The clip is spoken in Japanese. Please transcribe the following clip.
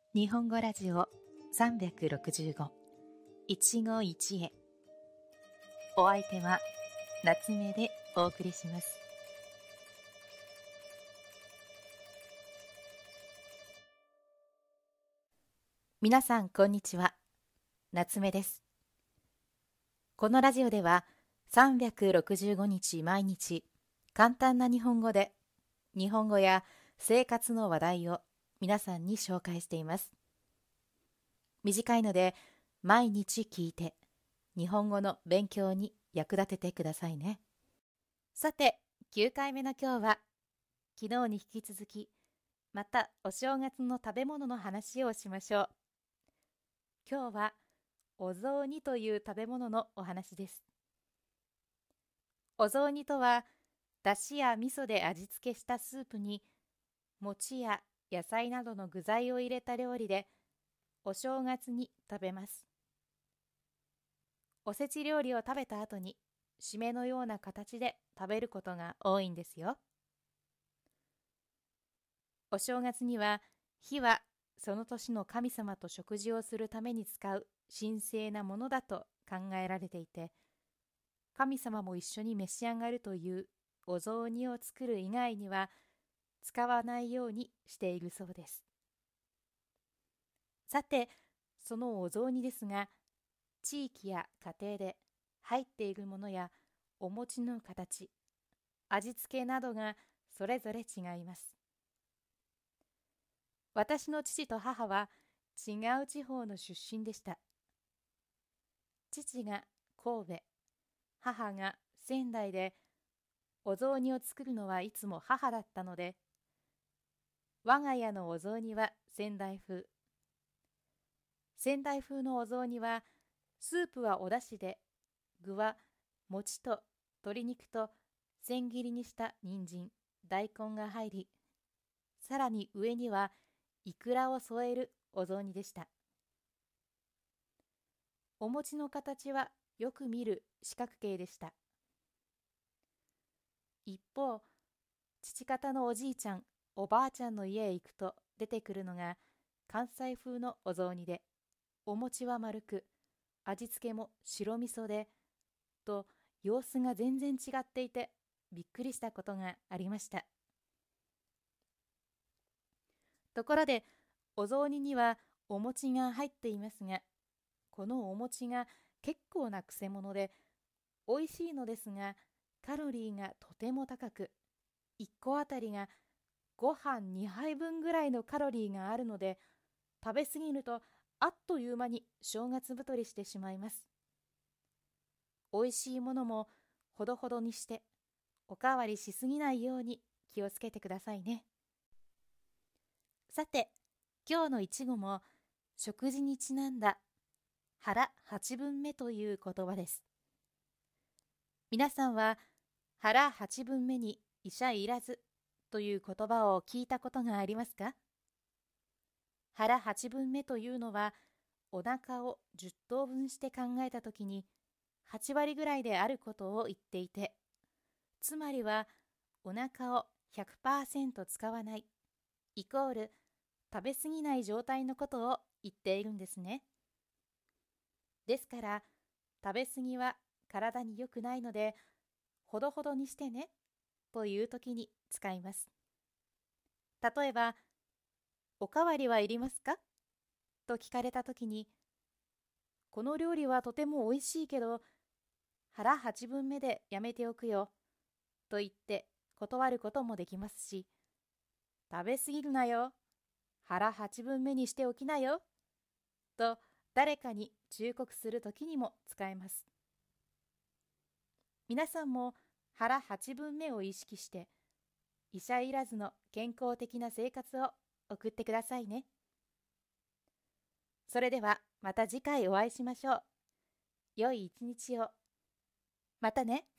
日本語ラジオ365一期一会。お相手は夏目でお送りします。皆さんこんにちは、夏目です。このラジオでは365日毎日簡単な日本語で日本語や生活の話題を皆さんに紹介しています。短いので毎日聞いて日本語の勉強に役立ててくださいね。さて、9回目の今日は昨日に引き続きまたお正月の食べ物の話をしましょう。今日はお雑煮という食べ物のお話です。お雑煮とは、だしや味噌で味付けしたスープに餅や野菜などの具材を入れた料理で、お正月に食べます。おせち料理を食べた後に締めのような形で食べることが多いんですよ。お正月には火はその年の神様と食事をするために使う神聖なものだと考えられていて、神様も一緒に召し上がるというお雑煮を作る以外には使わないようにしているそうです。さて、そのお雑煮ですが、地域や家庭で入っているものやお餅の形、味付けなどがそれぞれ違います。私の父と母は違う地方の出身でした。父が神戸、母が仙台で、お雑煮を作るのはいつも母だったので、我が家のお雑煮は仙台風。仙台風のお雑煮は、スープはお出汁で、具は餅と鶏肉と千切りにした人参、大根が入り、さらに上にはいくらを添えるお雑煮でした。お餅の形はよく見る四角形でした。一方、父方のおじいちゃん、おばあちゃんの家へ行くと出てくるのが関西風のお雑煮で、お餅は丸く、味付けも白味噌で、と様子が全然違っていてびっくりしたことがありました。ところで、お雑煮にはお餅が入っていますが、このお餅が結構なくせ者で、美味しいのですが、カロリーがとても高く、1個あたりがご飯2杯分ぐらいのカロリーがあるので、食べ過ぎるとあっという間に正月太りしてしまいます。美味しいものもほどほどにして、おかわりしすぎないように気をつけてくださいね。さて、今日の一語も食事にちなんだ腹八分目という言葉です。皆さんは腹八分目に医者いらずという言葉を聞いたことがありますか？腹八分目というのは、お腹を10等分して考えたときに8割ぐらいであることを言っていて、つまりはお腹を 100% 使わないイコール食べ過ぎない状態のことを言っているんですね。ですから、食べ過ぎは体に良くないので、ほどほどにしてねという時に使います。例えば、おかわりはいりますかと聞かれた時に、この料理はとても美味しいけど、腹八分目でやめておくよと言って断ることもできますし、食べ過ぎるなよ、腹八分目にしておきなよと誰かに忠告するときにも使えます。皆さんも腹八分目を意識して、医者いらずの健康的な生活を送ってくださいね。それではまた次回お会いしましょう。良い一日を。またね。